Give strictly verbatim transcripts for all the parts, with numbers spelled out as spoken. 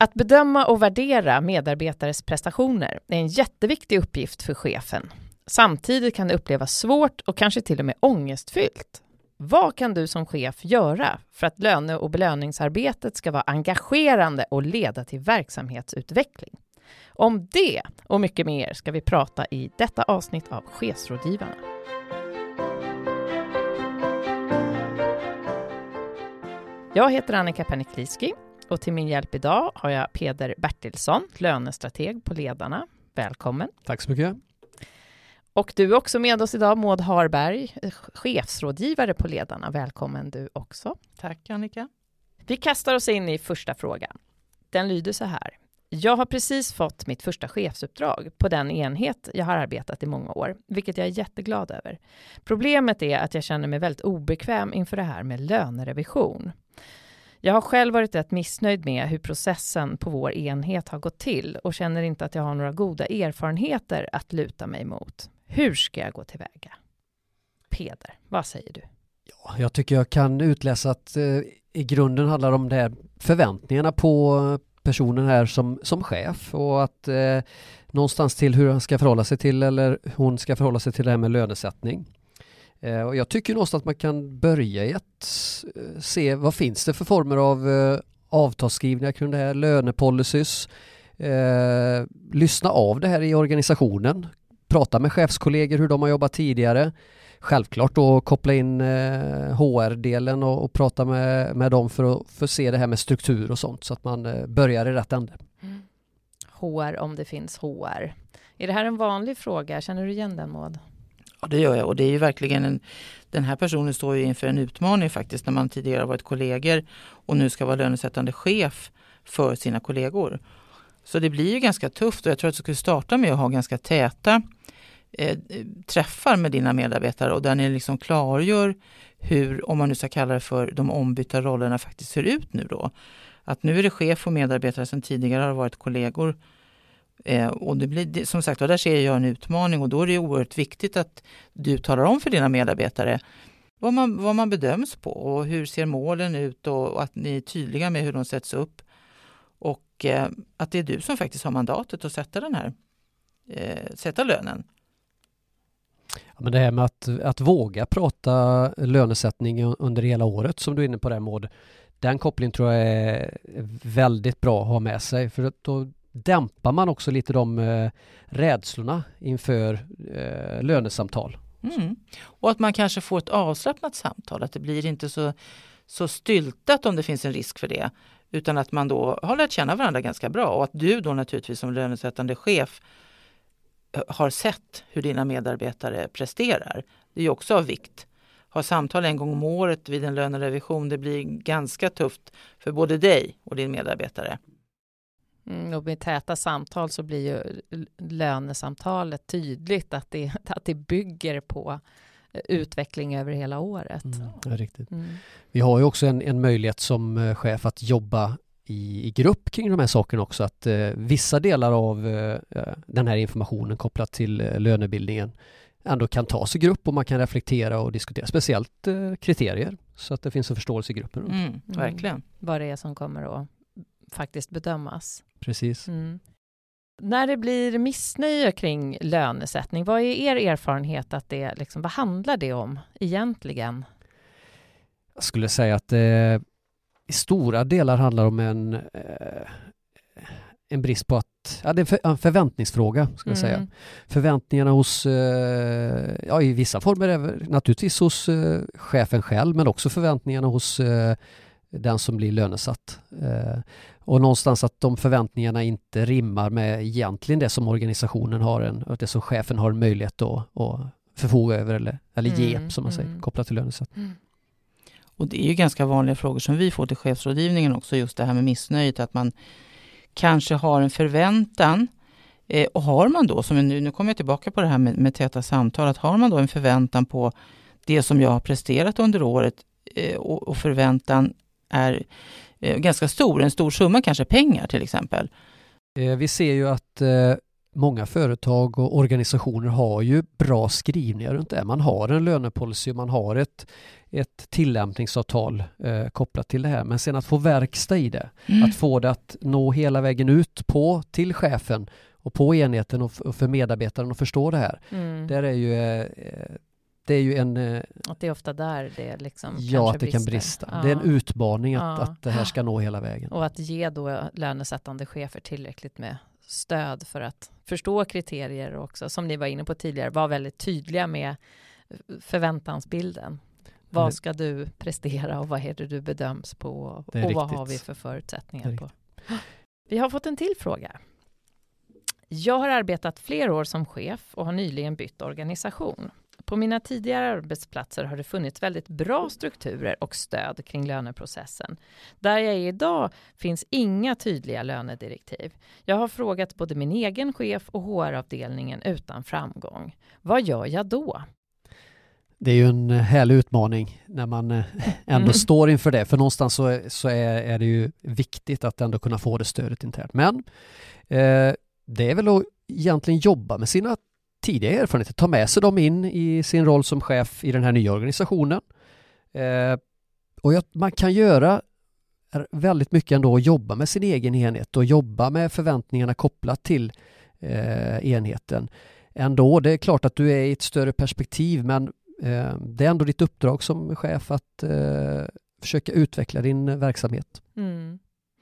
Att bedöma och värdera medarbetares prestationer är en jätteviktig uppgift för chefen. Samtidigt kan det upplevas svårt och kanske till och med ångestfyllt. Vad kan du som chef göra för att löne- och belöningsarbetet ska vara engagerande och leda till verksamhetsutveckling? Om det och mycket mer ska vi prata i detta avsnitt av Chefsrådgivarna. Jag heter Annika Pernikliski och till min hjälp idag har jag Peder Bertilsson, lönestrateg på Ledarna. Välkommen. Tack så mycket. Och du är också med oss idag, Maud Harberg, chefsrådgivare på Ledarna. Välkommen du också. Tack Annika. Vi kastar oss in i första frågan. Den lyder så här. Jag har precis fått mitt första chefsuppdrag på den enhet jag har arbetat i många år, vilket jag är jätteglad över. Problemet är att jag känner mig väldigt obekväm inför det här med lönerevision. Jag har själv varit rätt missnöjd med hur processen på vår enhet har gått till och känner inte att jag har några goda erfarenheter att luta mig mot. Hur ska jag gå tillväga? Peder, vad säger du? Ja, jag tycker jag kan utläsa att eh, i grunden handlar det om det här förväntningarna på personen här som, som chef och att eh, någonstans till hur han ska förhålla sig till eller hon ska förhålla sig till det här med lönesättning. Eh, och jag tycker någonstans att man kan börja i att eh, se vad finns det för former av eh, avtalsskrivningar kring det här, lönepolicys, eh, lyssna av det här i organisationen, prata med chefskollegor hur de har jobbat tidigare. Självklart då koppla in eh, H R-delen och, och prata med, med dem för att för se det här med struktur och sånt så att man eh, börjar i rätt ände. Mm. H R om det finns H R. Är det här en vanlig fråga? Känner du igen den, Maud? Ja, det gör jag och det är ju verkligen en, den här personen står ju inför en utmaning faktiskt när man tidigare har varit kollegor och nu ska vara lönesättande chef för sina kollegor. Så det blir ju ganska tufft och jag tror att du skulle starta med att ha ganska täta eh, träffar med dina medarbetare och där ni liksom klargör hur, om man nu ska kalla det för de ombytta rollerna faktiskt ser ut nu då. Att nu är det chef och medarbetare som tidigare har varit kollegor. Eh, och det blir, som sagt, och där ser jag en utmaning och då är det oerhört viktigt att du talar om för dina medarbetare vad man, vad man bedöms på och hur ser målen ut och, och att ni är tydliga med hur de sätts upp och eh, att det är du som faktiskt har mandatet att sätta den här eh, sätta lönen. Ja, men det här med att, att våga prata lönesättning under hela året som du är inne på där, Maud, den kopplingen tror jag är väldigt bra att ha med sig för att då dämpar man också lite de eh, rädslorna inför eh, lönesamtal. Mm. Och att man kanske får ett avslappnat samtal, att det blir inte så, så styltat om det finns en risk för det, utan att man då har lärt känna varandra ganska bra och att du då naturligtvis som lönesättande chef har sett hur dina medarbetare presterar. Det är ju också av vikt. Ha samtal en gång om året vid en lönerevision, det blir ganska tufft för både dig och din medarbetare. Mm, och med täta samtal så blir ju lönesamtalet tydligt att det, att det bygger på utveckling över hela året. Mm, ja, riktigt. Mm. Vi har ju också en, en möjlighet som chef att jobba i, i grupp kring de här sakerna också. Att eh, vissa delar av eh, den här informationen kopplat till eh, lönebildningen ändå kan tas i grupp och man kan reflektera och diskutera. Speciellt eh, kriterier så att det finns en förståelse i gruppen. Mm, verkligen. Mm. Vad det är som kommer att faktiskt bedömas. Precis. Mm. När det blir missnöje kring lönesättning, vad är er erfarenhet att det liksom, vad handlar det om egentligen? Jag skulle säga att det i stora delar handlar om en eh, en brist på att, ja, det är en förväntningsfråga ska jag mm. säga. Förväntningarna hos, eh, ja i vissa former är naturligtvis hos eh, chefen själv men också förväntningarna hos eh, den som blir lönesatt. Eh, och någonstans att de förväntningarna inte rimmar med egentligen det som organisationen har en, och det som chefen har en möjlighet att, att förfoga över eller, eller ge mm. som man säger, mm. kopplat till lönesatt. Mm. Och det är ju ganska vanliga frågor som vi får till chefsrådgivningen också, just det här med missnöjet, att man kanske har en förväntan eh, och har man då, som nu, nu kommer jag tillbaka på det här med, med täta samtal, att har man då en förväntan på det som jag har presterat under året eh, och, och förväntan är eh, ganska stor, en stor summa kanske pengar till exempel. Eh, vi ser ju att eh, många företag och organisationer har ju bra skrivningar runt det. Man har en lönepolicy, man har ett ett tillämpningsavtal eh, kopplat till det här. Men sen att få verkstad i det. Mm. Att få det att nå hela vägen ut på till chefen och på enheten och, f- och för medarbetaren att förstå det här. Mm. Där är ju, eh, det är ju en... Eh, Att det är ofta där det liksom ja, kanske att det kan brista. Ja. Det är en utmaning att, Ja. att det här ska nå hela vägen. Och att ge då lönesättande chefer tillräckligt med stöd för att förstå kriterier och också, som ni var inne på tidigare, vara väldigt tydliga med förväntansbilden. Vad ska du prestera och vad är det du bedöms på och vad riktigt. har vi för förutsättningar på? Vi har fått en till fråga. Jag har arbetat flera år som chef och har nyligen bytt organisation. På mina tidigare arbetsplatser har det funnits väldigt bra strukturer och stöd kring löneprocessen. Där jag är idag finns inga tydliga lönedirektiv. Jag har frågat både min egen chef och H R-avdelningen utan framgång. Vad gör jag då? Det är ju en härlig utmaning när man ändå mm. står inför det. För någonstans så, så är, är det ju viktigt att ändå kunna få det stödet internt. Men eh, det är väl att egentligen jobba med sina tidiga erfarenheter. Ta med sig dem in i sin roll som chef i den här nya organisationen. Eh, och jag, man kan göra väldigt mycket ändå att jobba med sin egen enhet och jobba med förväntningarna kopplat till eh, enheten. Ändå, det är klart att du är i ett större perspektiv, men eh, det är ändå ditt uppdrag som chef att eh, försöka utveckla din verksamhet. Mm.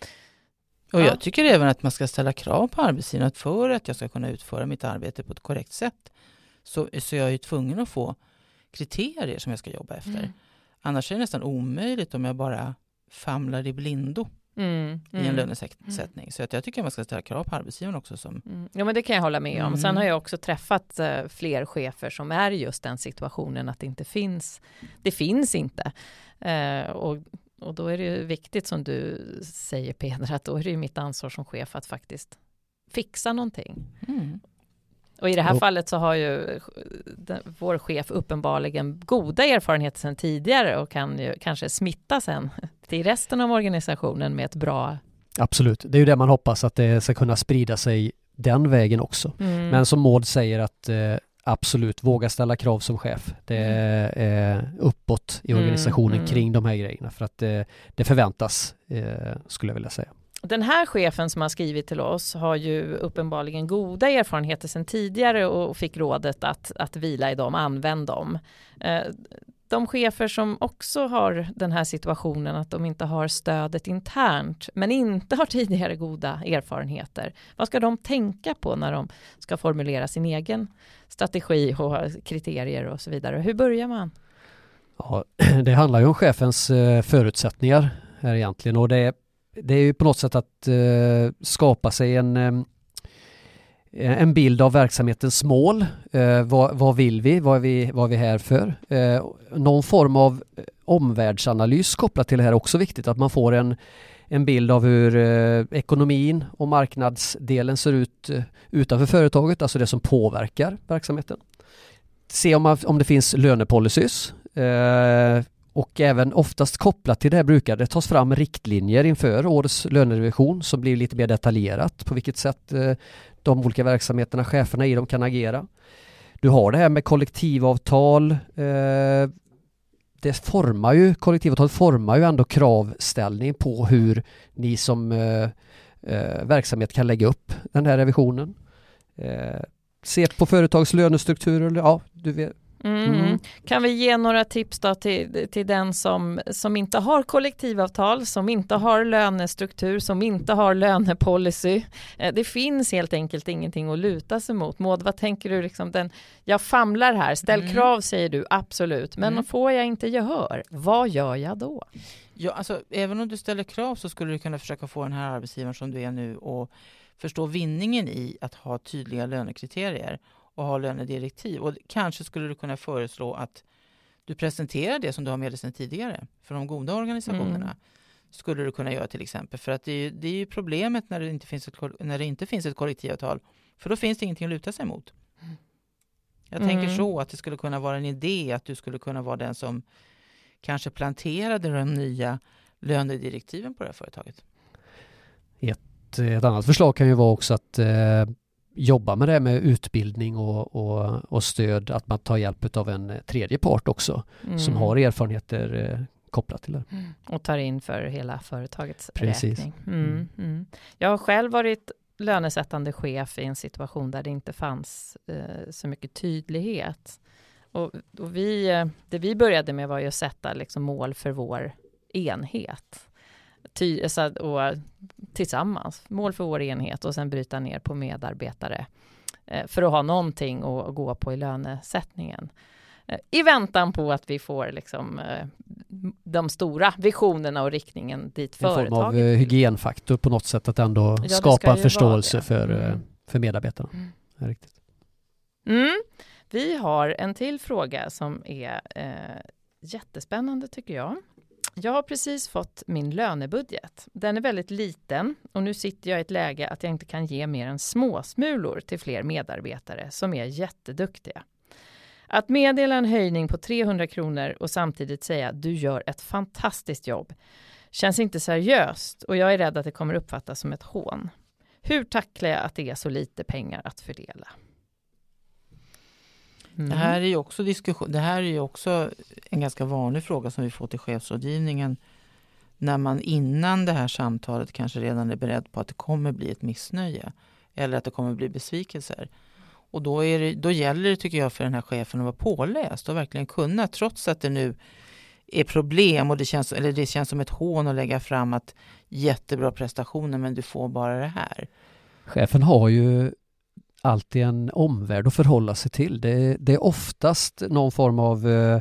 Och jag tycker även att man ska ställa krav på arbetsgivaren att för att jag ska kunna utföra mitt arbete på ett korrekt sätt så, så jag är ju tvungen att få kriterier som jag ska jobba efter. Mm. Annars är det nästan omöjligt om jag bara famlar i blindo mm. i en lönesättning. Mm. Så att jag tycker att man ska ställa krav på arbetsgivaren också. Som... Mm. Ja, men det kan jag hålla med om. Mm. Sen har jag också träffat uh, fler chefer som är i just den situationen att det inte finns. Det finns inte. Uh, och Och då är det ju viktigt som du säger, Peder, att då är det ju mitt ansvar som chef att faktiskt fixa någonting. Mm. Och i det här oh. fallet så har ju den, vår chef uppenbarligen goda erfarenheter sedan tidigare och kan ju kanske smitta sen till resten av organisationen med ett bra... Absolut, det är ju det man hoppas, att det ska kunna sprida sig den vägen också. Mm. Men som Maud säger att eh, absolut, våga ställa krav som chef. Det är uppåt i organisationen mm, mm. kring de här grejerna. För att det, det förväntas, eh, skulle jag vilja säga. Den här chefen som har skrivit till oss har ju uppenbarligen goda erfarenheter sedan tidigare och fick rådet att, att vila i dem, använd dem. Eh, de chefer som också har den här situationen att de inte har stödet internt men inte har tidigare goda erfarenheter. Vad ska de tänka på när de ska formulera sin egen strategi och kriterier och så vidare? Hur börjar man? Ja, det handlar ju om chefens förutsättningar här egentligen, och det är, det är ju på något sätt att uh, skapa sig en en bild av verksamhetens mål. Eh, vad, vad vill vi? Vad är vi, vad är vi här för? Eh, någon form av omvärldsanalys kopplat till det här är också viktigt. Att man får en, en bild av hur eh, ekonomin och marknadsdelen ser ut eh, utanför företaget. Alltså det som påverkar verksamheten. Se om, man, om det finns lönepolicys. Eh, och även oftast kopplat till det här brukar det tas fram riktlinjer inför årets lönerevision som blir lite mer detaljerat på vilket sätt eh, de olika verksamheterna, cheferna i dem kan agera. Du har det här med kollektivavtal. Eh, det formar ju, kollektivavtal formar ju ändå kravställning på hur ni som eh, eh, verksamhet kan lägga upp den här revisionen. Eh, se på företags lönestrukturer. Ja, du vet. Mm. Mm. Kan vi ge några tips då till, till den som, som inte har kollektivavtal, som inte har lönestruktur, som inte har lönepolicy? Det finns helt enkelt ingenting att luta sig mot. Maud, vad tänker du? Liksom den, jag famlar här, ställ mm. krav säger du, absolut. Men mm. får jag inte gehör, vad gör jag då? Ja, alltså, även om du ställer krav så skulle du kunna försöka få den här arbetsgivaren som du är nu och förstå vinningen i att ha tydliga lönekriterier och ha lönedirektiv. Och kanske skulle du kunna föreslå att du presenterar det som du har med dig sedan tidigare för de goda organisationerna. Mm. Skulle du kunna göra till exempel. För att det är, det är ju problemet när det, inte finns ett, när det inte finns ett kollektivavtal. För då finns det ingenting att luta sig mot. Jag mm. tänker så att det skulle kunna vara en idé att du skulle kunna vara den som kanske planterade de nya lönedirektiven på det här företaget. Ett, ett annat förslag kan ju vara också att eh, jobba med det med utbildning och, och, och stöd, att man tar hjälp av en tredje part också mm. som har erfarenheter eh, kopplat till det. Mm. Och tar in för hela företagets Precis. räkning. Mm. Mm. Jag har själv varit lönesättande chef i en situation där det inte fanns eh, så mycket tydlighet. Och, och vi, det vi började med var ju att sätta liksom mål för vår enhet. Ty, så, och tillsammans. Mål för vår enhet och sen bryta ner på medarbetare. Eh, för att ha någonting att gå på i lönesättningen. Eh, I väntan på att vi får liksom, eh, de stora visionerna och riktningen dit företaget. En form av eh, hygienfaktor på något sätt att ändå ja, skapa en förståelse för, mm. för medarbetarna. Mm. Ja, riktigt. Mm. Vi har en till fråga som är eh, jättespännande tycker jag. Jag har precis fått min lönebudget. Den är väldigt liten och nu sitter jag i ett läge att jag inte kan ge mer än småsmulor till fler medarbetare som är jätteduktiga. Att meddela en höjning på trehundra kronor och samtidigt säga du gör ett fantastiskt jobb känns inte seriöst och jag är rädd att det kommer uppfattas som ett hån. Hur tacklar jag att det är så lite pengar att fördela? Mm. Det här är ju också diskussion. Det här är ju också en ganska vanlig fråga som vi får till chefsrådgivningen när man innan det här samtalet kanske redan är beredd på att det kommer bli ett missnöje eller att det kommer bli besvikelser. Och då, är det, då gäller det tycker jag för den här chefen att vara påläst och verkligen kunna, trots att det nu är problem och det känns, eller det känns som ett hån att lägga fram att jättebra prestationer men du får bara det här. Chefen har ju alltid en omvärld att förhålla sig till. Det, det är oftast någon form av eh,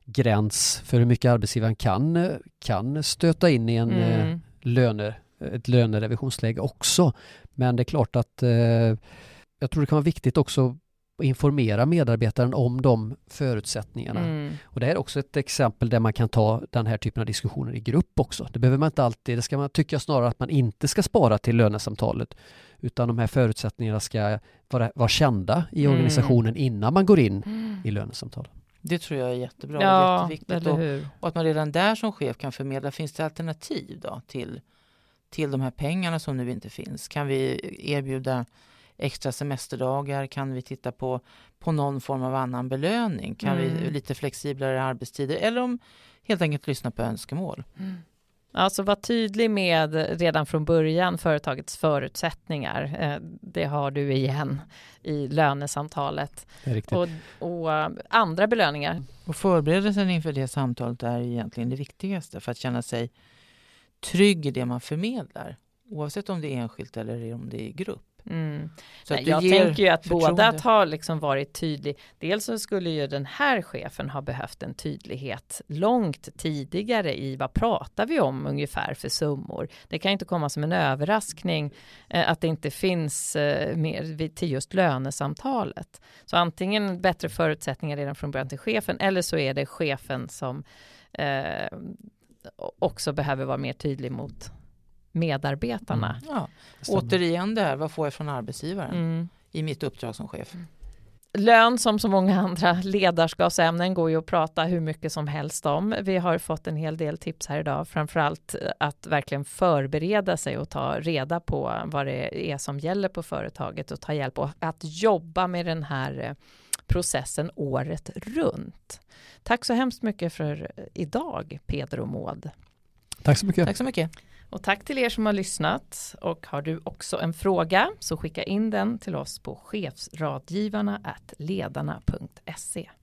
gräns för hur mycket arbetsgivaren kan, kan stöta in i en mm. eh, löne, ett lönerevisionsläge också. Men det är klart att eh, jag tror det kan vara viktigt också att informera medarbetaren om de förutsättningarna. Mm. Och det är också ett exempel där man kan ta den här typen av diskussioner i grupp också. Det behöver man inte alltid, det ska man tycka snarare att man inte ska spara till lönesamtalet utan de här förutsättningarna ska vara, vara kända i mm. organisationen innan man går in mm. i lönesamtalet. Det tror jag är jättebra ja, och jätteviktigt. Och, och att man redan där som chef kan förmedla, finns det alternativ då till, till de här pengarna som nu inte finns? Kan vi erbjuda extra semesterdagar? Kan vi titta på, på någon form av annan belöning? Kan mm. vi lite flexiblare arbetstider? Eller om helt enkelt lyssna på önskemål? Mm. Alltså var tydlig med redan från början företagets förutsättningar. Det har du igen i lönesamtalet. Det är riktigt. Och, och andra belöningar. Och förberedelsen inför det samtalet är egentligen det viktigaste för att känna sig trygg i det man förmedlar. Oavsett om det är enskilt eller om det är i grupp. Mm. Så Nej, jag tänker ju att båda har liksom varit tydlig. Dels så skulle ju den här chefen ha behövt en tydlighet långt tidigare i vad pratar vi om ungefär för summor. Det kan inte komma som en överraskning eh, att det inte finns eh, mer till just lönesamtalet. Så antingen bättre förutsättningar redan från början till chefen eller så är det chefen som eh, också behöver vara mer tydlig mot medarbetarna. Mm. Ja. Återigen det här, vad får jag från arbetsgivaren mm. i mitt uppdrag som chef? Lön som så många andra ledarskapsämnen går ju att prata hur mycket som helst om. Vi har fått en hel del tips här idag. Framförallt att verkligen förbereda sig och ta reda på vad det är som gäller på företaget och ta hjälp och att jobba med den här processen året runt. Tack så hemskt mycket för idag, Peder och Maud. Tack så mycket. Tack så mycket. Och tack till er som har lyssnat. Och har du också en fråga så skicka in den till oss på chefsradgivarna at ledarna punkt se.